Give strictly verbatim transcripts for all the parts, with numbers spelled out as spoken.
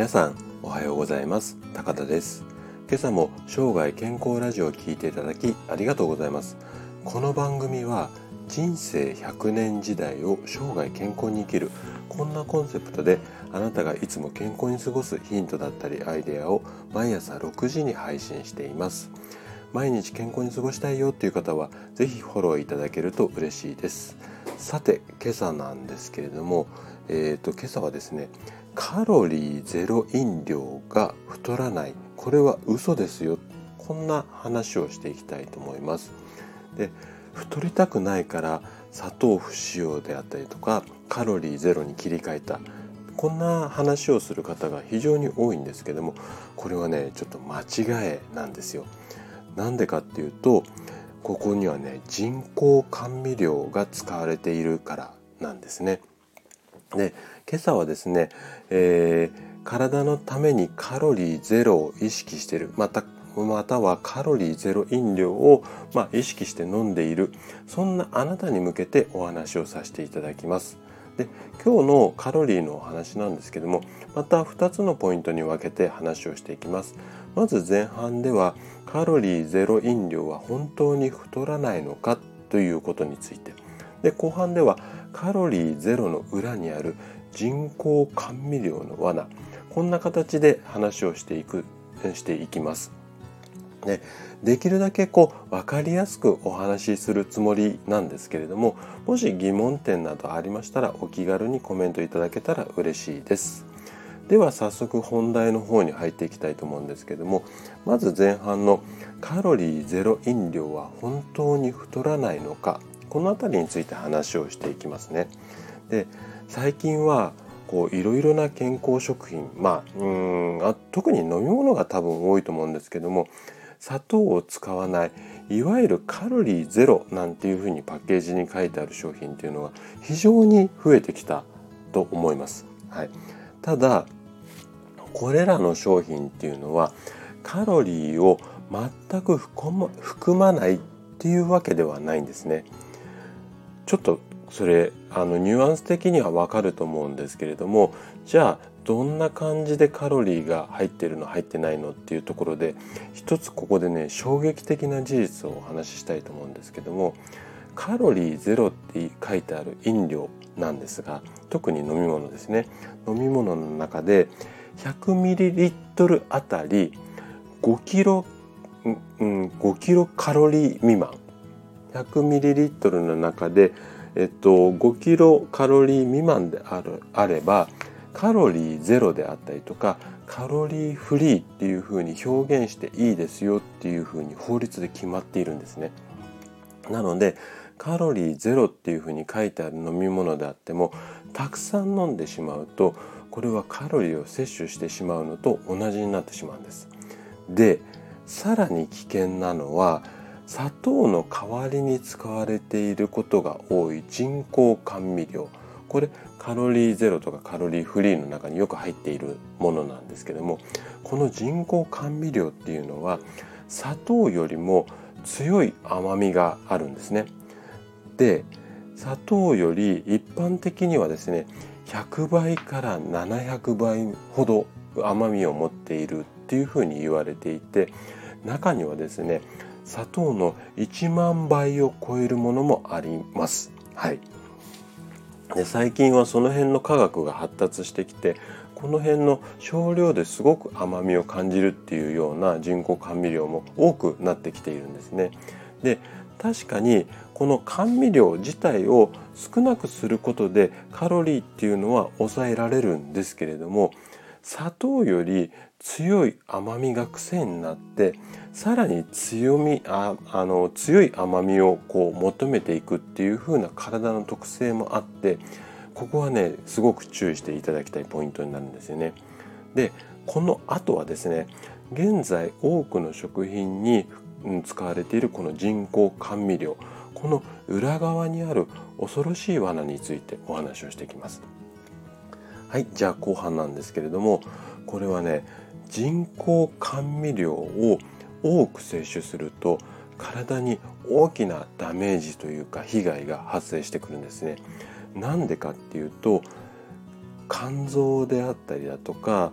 皆さんおはようございます。高田です。今朝も生涯健康ラジオを聞いていただきありがとうございます。この番組は人生ひゃくねん時代を生涯健康に生きる、こんなコンセプトであなたがいつも健康に過ごすヒントだったりアイデアを毎朝ろくじに配信しています。毎日健康に過ごしたいよっていう方はぜひフォローいただけると嬉しいです。さて今朝なんですけれども、えーと今朝はですね、カロリーゼロ飲料が太らない、これは嘘ですよ、こんな話をしていきたいと思います。で、太りたくないから砂糖不使用であったりとかカロリーゼロに切り替えた、こんな話をする方が非常に多いんですけども、これはねちょっと間違いなんですよ。なんでかっていうと、ここにはね人工甘味料が使われているからなんですね。で、今朝はですね、えー、体のためにカロリーゼロを意識している、またまたはカロリーゼロ飲料を、まあ、意識して飲んでいる、そんなあなたに向けてお話をさせていただきます。で、今日のカロリーのお話なんですけども、またふたつのポイントに分けて話をしていきます。まず前半ではカロリーゼロ飲料は本当に太らないのかということについて、で後半ではカロリーゼロの裏にある人工甘味料の罠、こんな形で話をしていくしていきます。で、できるだけこう分かりやすくお話しするつもりなんですけれども、もし疑問点などありましたらお気軽にコメントいただけたら嬉しいです。では早速本題の方に入っていきたいと思うんですけども、まず前半のカロリーゼロ飲料は本当に太らないのか、このあたりについて話をしていきますね。で、最近はこういろいろな健康食品、まあ、うーんあ特に飲み物が多分多いと思うんですけども、砂糖を使わない、いわゆるカロリーゼロなんていうふうにパッケージに書いてある商品っていうのが非常に増えてきたと思います。はい。ただこれらの商品っていうのはカロリーを全く含まないっていうわけではないんですね。ちょっとそれあのニュアンス的にはわかると思うんですけれども、じゃあどんな感じでカロリーが入ってるの入ってないのっていうところで、一つここでね衝撃的な事実をお話ししたいと思うんですけども、カロリーゼロって書いてある飲料なんですが、特に飲み物ですね、飲み物の中で ひゃくミリリットル あたりごキロ、うん、ごキロカロリー未満、ひゃくミリリットル の中で、えっと、ごキロカロリー未満である、あればカロリーゼロであったりとかカロリーフリーっていうふうに表現していいですよっていうふうに法律で決まっているんですね。なのでカロリーゼロっていうふうに書いてある飲み物であっても、たくさん飲んでしまうとこれはカロリーを摂取してしまうのと同じになってしまうんです。で、さらに危険なのは砂糖の代わりに使われていることが多い人工甘味料、これカロリーゼロとかカロリーフリーの中によく入っているものなんですけども、この人工甘味料っていうのは砂糖よりも強い甘みがあるんですね。で、砂糖より一般的にはですねひゃくばいからななひゃくばいほど甘みを持っているっていうふうに言われていて、中にはですね砂糖のいちまんばいを超えるものもあります。はい。で、最近はその辺の科学が発達してきて、この辺の少量ですごく甘みを感じるっていうような人工甘味料も多くなってきているんですね。で、確かにこの甘味料自体を少なくすることでカロリーっていうのは抑えられるんですけれども、砂糖より強い甘みが癖になって、さらに強みああの強い甘みをこう求めていくっていう風な体の特性もあって、ここはねすごく注意していただきたいポイントになるんですよね。で、この後はですね、現在多くの食品に使われているこの人工甘味料、この裏側にある恐ろしい罠についてお話をしていきます。はい、じゃあ後半なんですけれども、これはね人工甘味料を多く摂取すると体に大きなダメージというか被害が発生してくるんですね。なんでかっていうと、肝臓であったりだとか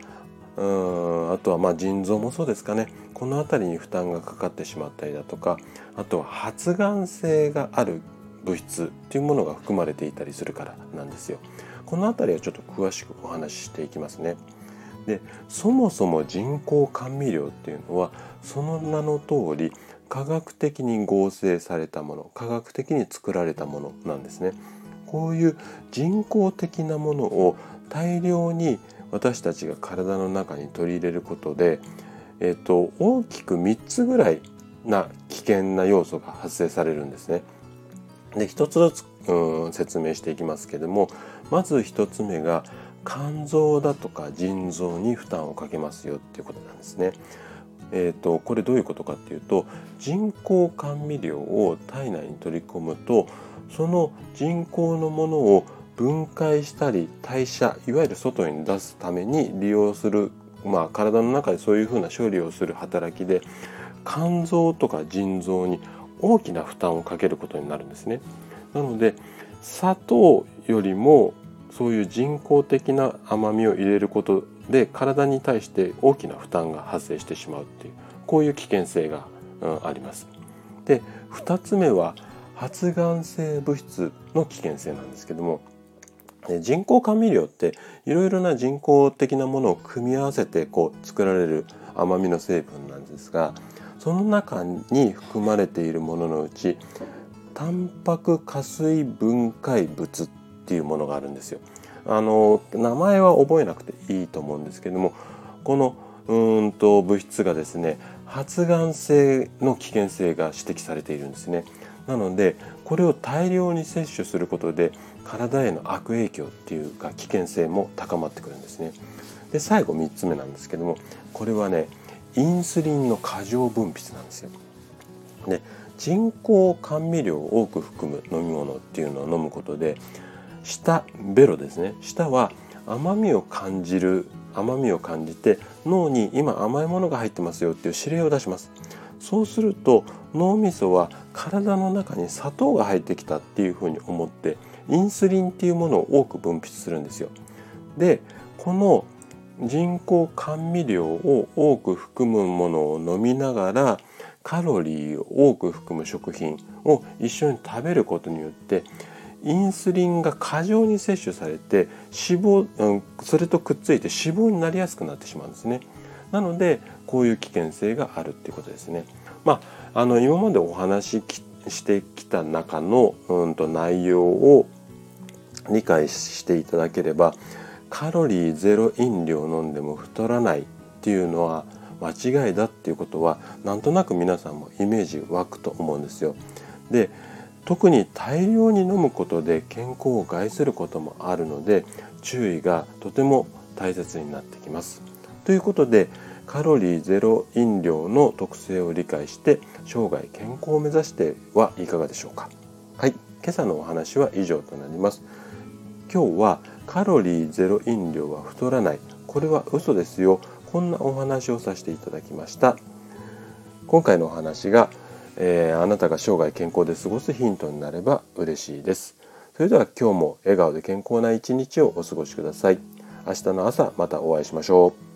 うーんあとはまあ腎臓もそうですかね。この辺りに負担がかかってしまったりだとか、あとは発がん性がある物質っていうものが含まれていたりするからなんですよ。この辺りはちょっと詳しくお話ししていきますね。で、そもそも人工甘味料っていうのはその名の通り科学的に合成されたもの、科学的に作られたものなんですね。こういう人工的なものを大量に私たちが体の中に取り入れることで、えっと、大きくみっつぐらいな危険な要素が発生されるんですね。で、一つずつ、うん、説明していきますけれども、まず一つ目が肝臓だとか腎臓に負担をかけますよっていうことなんですね。えーと、これどういうことかっていうと、人工甘味料を体内に取り込むと、その人工のものを分解したり代謝、いわゆる外に出すために利用する、まあ、体の中でそういうふうな処理をする働きで肝臓とか腎臓に大きな負担をかけることになるんですね。なので砂糖よりもそういう人工的な甘みを入れることで体に対して大きな負担が発生してしまうっていう、こういう危険性が、うん、あります。で、ふたつめは発がん性物質の危険性なんですけども、人工甘味料っていろいろな人工的なものを組み合わせてこう作られる甘みの成分なんですが、その中に含まれているもののうちタンパク下水分解物っていうものがあるんですよ。あの名前は覚えなくていいと思うんですけども、このうーんと物質がですね、発がん性の危険性が指摘されているんですね。なのでこれを大量に摂取することで体への悪影響っていうか危険性も高まってくるんですね。で、最後みっつめなんですけども、これはね、インスリンの過剰分泌なんですよ。で、人工甘味料を多く含む飲み物っていうのを飲むことで、舌、ベロですね、舌は甘みを感じる甘みを感じて脳に今甘いものが入ってますよっていう指令を出します。そうすると脳みそは体の中に砂糖が入ってきたっていうふうに思ってインスリンっていうものを多く分泌するんですよ。で、この人工甘味料を多く含むものを飲みながらカロリーを多く含む食品を一緒に食べることによってインスリンが過剰に摂取されて脂肪、うん、それとくっついて脂肪になりやすくなってしまうんですね。なのでこういう危険性があるっていうことですね。まあ、あの今までお話ししてきた中の、うん、と内容を理解していただければ、カロリーゼロ飲料を飲んでも太らないっていうのは間違いだっていうことはなんとなく皆さんもイメージ湧くと思うんですよ。で、特に大量に飲むことで健康を害することもあるので注意がとても大切になってきます。ということでカロリーゼロ飲料の特性を理解して生涯健康を目指してはいかがでしょうか。はい、今朝のお話は以上となります。今日はカロリーゼロ飲料は太らない、これは嘘ですよ、こんなお話をさせていただきました。今回のお話が、えー、あなたが生涯健康で過ごすヒントになれば嬉しいです。それでは今日も笑顔で健康な一日をお過ごしください。明日の朝またお会いしましょう。